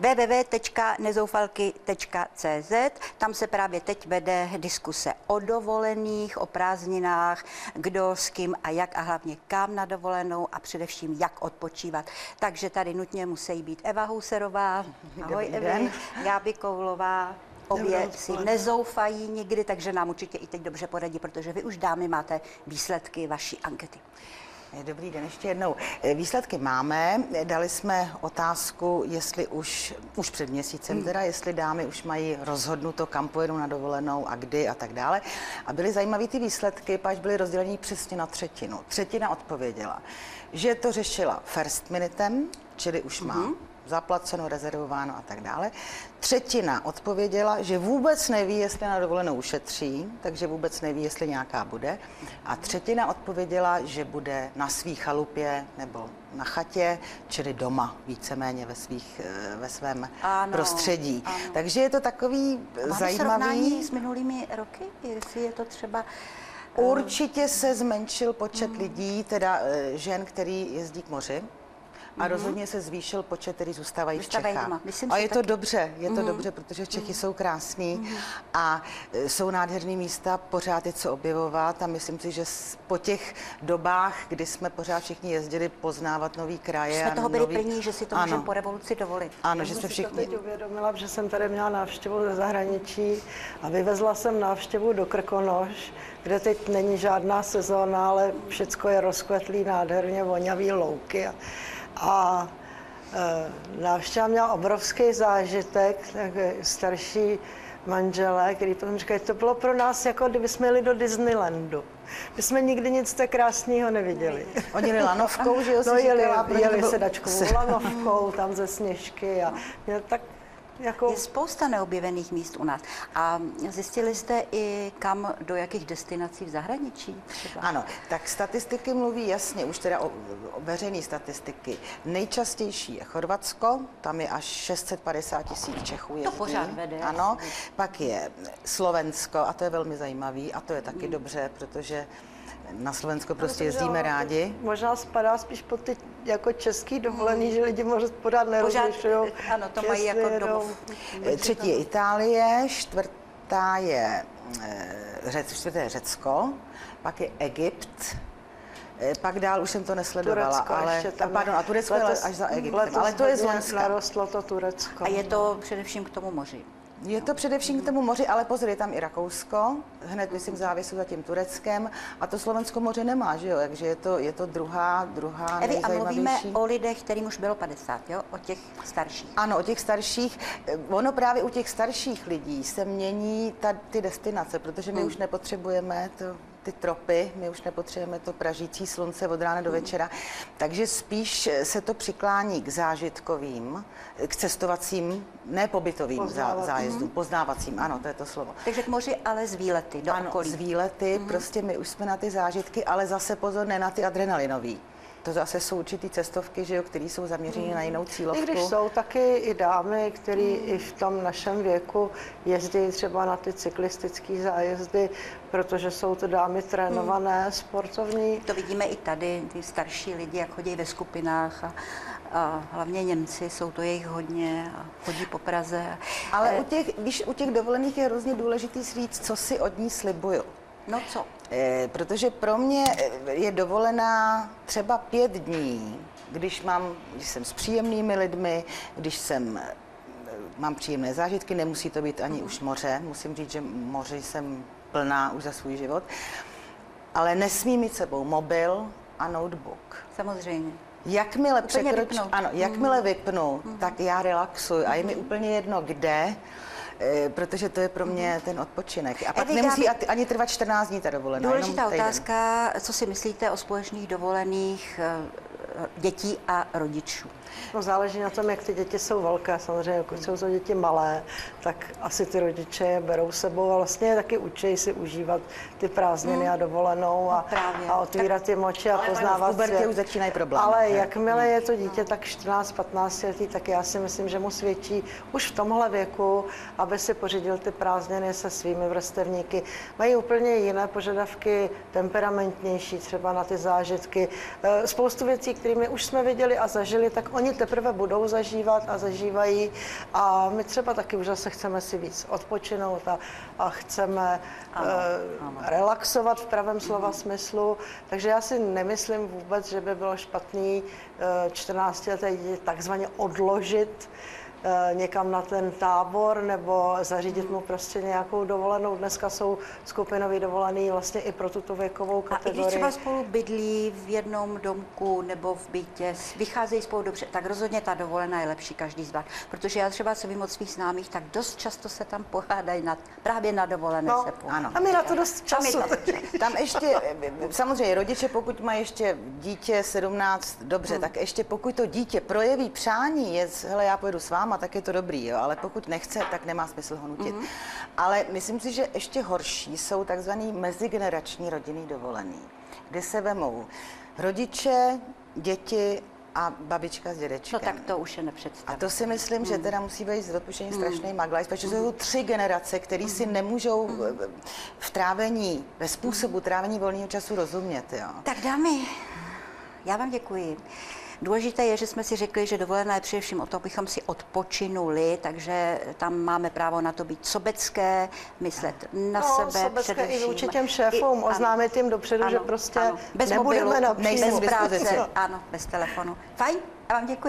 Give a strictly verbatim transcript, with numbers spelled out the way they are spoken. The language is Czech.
w w w tečka nezoufalky tečka c z. Tam se právě teď vede diskuse o dovolených, o prázdninách, kdo s kým a jak a hlavně kam na dovolenou a především jak odpočívat. Takže tady nutně musí být Eva Houserová, ahoj Evi, Gáby Koulová, obě si nezoufají nikdy, takže nám určitě i teď dobře poradí, protože vy už, dámy, máte výsledky vaší ankety. Dobrý den, ještě jednou. Výsledky máme. Dali jsme otázku, jestli už, už před měsícem teda, jestli dámy už mají rozhodnuto, kam pojedou na dovolenou a kdy a tak dále. A byly zajímavé ty výsledky, páč byly rozdělení přesně na třetinu. Třetina odpověděla, že to řešila first minutem, čili už má mm-hmm. zaplaceno, rezervováno a tak dále. Třetina odpověděla, že vůbec neví, jestli na dovolenou ušetří, takže vůbec neví, jestli nějaká bude. A třetina odpověděla, že bude na svý chalupě nebo na chatě, čili doma, víceméně ve, svých, ve svém ano, prostředí. Ano. Takže je to takový a zajímavý... srovnání s minulými roky, jestli je to třeba... Určitě se zmenšil počet mm. lidí, teda žen, který jezdí k moři. A mm-hmm. rozhodně se zvýšil počet, který zůstávají v Čechách. Myslím, a je to taky. dobře, je to mm-hmm. dobře, protože Čechy mm-hmm. jsou krásní mm-hmm. a jsou nádherné místa, pořád je co objevovat a myslím si, že po těch dobách, kdy jsme pořád všichni jezdili poznávat nový kraje. Jsme a toho byli nový... plní, že si to můžeme po revoluci dovolit. Ano, Já že jsme všichni... všichni... Já jsem si to teď uvědomila, že jsem tady měla návštěvu ze zahraničí a vyvezla jsem návštěvu do Krkonoš, kde teď není žádná sezóna, ale všecko je rozkvetlý, nádherně vonavý louky. A, a e, návštěva měla obrovský zážitek, tak starší manželé, který potom říkají, to bylo pro nás jako kdyby jsme jeli do Disneylandu. My jsme nikdy nic tak krásného neviděli. Oni jeli lanovkou, že jo? No jeli, jeli sedačkovou lanovkou, tam ze Sněžky a tak jako... Je spousta neobjevených míst u nás. A zjistili jste i kam, do jakých destinací v zahraničí třeba? Ano, tak statistiky mluví jasně, už teda o, o veřejné statistiky. Nejčastější je Chorvatsko, tam je až šest set padesát tisíc Čechů jezdí. To pořád vede. Ano, pak je Slovensko a to je velmi zajímavý a to je taky hmm. dobře, protože na Slovensko prostě jezdíme rádi. Možná spadá spíš pod ty jako český dovolený, hmm. že lidi možná pořád nerozlišují. Ano, to mají jako domov. Třetí je Itálie, čtvrtá je, řec, čtvrté je Řecko, pak je Egypt, pak dál už jsem to nesledovala, Turecko ale tam, pardon, a Turecko je až za Egyptem, ale to je z Loňska. Narostlo to Turecko. A je to především k tomu moři. Je to především k tomu moři, ale pozor, je tam i Rakousko, hned myslím v závěsu za tím Tureckem a to Slovensko moře nemá, že jo, takže je to, je to druhá, druhá Evi, nejzajímavější. A mluvíme o lidech, kterým už bylo padesát, jo, o těch starších. Ano, o těch starších. Ono právě u těch starších lidí se mění ta, ty destinace, protože my hmm. už nepotřebujeme to, ty tropy, my už nepotřebujeme to pražící slunce od rána do večera, takže spíš se to přiklání k zážitkovým, k cestovacím, ne pobytovým zá, zájezdům, poznávacím, ano, to je to slovo. Takže k moři, ale z výlety do ano, okolí. z výlety, mm. prostě my už jsme na ty zážitky, ale zase pozor, ne na ty adrenalinový. To zase jsou určitý cestovky, že jo, které jsou zaměřené mm. na jinou cílovku. I když jsou taky i dámy, které mm. i v tom našem věku jezdí třeba na ty cyklistické zájezdy, protože jsou to dámy trénované, mm. sportovní. To vidíme i tady, ty starší lidi, jak chodí ve skupinách a, a hlavně Němci, jsou to jejich hodně a chodí po Praze. Ale e... u těch, víš, u těch dovolených je hrozně důležitý říct, co si od ní slibuju. No co? E, protože pro mě je dovolená třeba pět dní, když mám, když jsem s příjemnými lidmi, když jsem, mám příjemné zážitky, nemusí to být ani mm. už moře, musím říct, že moře jsem plná už za svůj život, ale nesmí mít sebou mobil a notebook. Samozřejmě. Jakmile překročím, ano, jakmile mm. vypnu, mm. tak já relaxuji a je mi úplně jedno kde, protože to je pro mě ten odpočinek. A pak Evi, nemusí Gáby, ani trvat čtrnáct dní ta dovolená. Důležitá otázka, co si myslíte o společných dovolených dětí a rodičů? No, záleží na tom, jak ty děti jsou velké. Samozřejmě, pokud jsou to děti malé, tak asi ty rodiče je berou sebou a vlastně taky učí si užívat ty prázdniny hmm. a dovolenou a, a otvírat ty moči a poznávat svět. Už začínají problémy. Ale jakmile je to dítě tak čtrnáct patnáct letý, tak já si myslím, že mu svědčí už v tomhle věku, aby si pořídil ty prázdniny se svými vrstevníky. Mají úplně jiné požadavky, temperamentnější třeba na ty zážitky. Spoustu věcí, kterými už jsme viděli a zažili, tak Oni teprve budou zažívat a zažívají a my třeba taky už zase chceme si víc odpočinout a, a chceme ano, uh, ano. relaxovat v pravém slova smyslu, takže já si nemyslím vůbec, že by bylo špatný uh, čtrnáctileté dítě takzvaně odložit někam na ten tábor nebo zařídit mu prostě nějakou dovolenou. Dneska jsou skupinový dovolený vlastně i pro tuto věkovou kategorii. A i když třeba spolu bydlí v jednom domku nebo v bytě, vycházejí spolu dobře, tak rozhodně ta dovolená je lepší každý z vás. Protože já třeba se vím od svých známých, tak dost často se tam pohádají na, právě na dovolené no, se pohádají. Ano. A my na to dost času. Tam ještě, samozřejmě rodiče, pokud mají ještě dítě sedmnáct, dobře, hmm. tak ještě pokud to dítě projeví přání, je, hele, já pojedu s váma, tak je to dobrý, jo, ale pokud nechce, tak nemá smysl ho nutit. Mm-hmm. Ale myslím si, že ještě horší jsou takzvaný mezigenerační rodinný dovolený, kde se vemou rodiče, děti a babička s dědečkem. No tak to už je nepředstavitelné. A to si myslím, mm. že teda musí být z odpuštění mm. strašný maglajs, protože jsou tři generace, které mm. si nemůžou v trávení, ve způsobu trávení volného času rozumět. Jo. Tak dámy, já vám děkuji. Důležité je, že jsme si řekli, že dovolená je především o to, abychom si odpočinuli, takže tam máme právo na to být sobecké, myslet na no, sebe sobecké především. i vůči těm šéfům, I, oznámit jim dopředu, ano, že prostě ano. Bez nebudeme mobilu, na bez příjmu. práce, ano, bez telefonu. Fajn, já vám děkuji.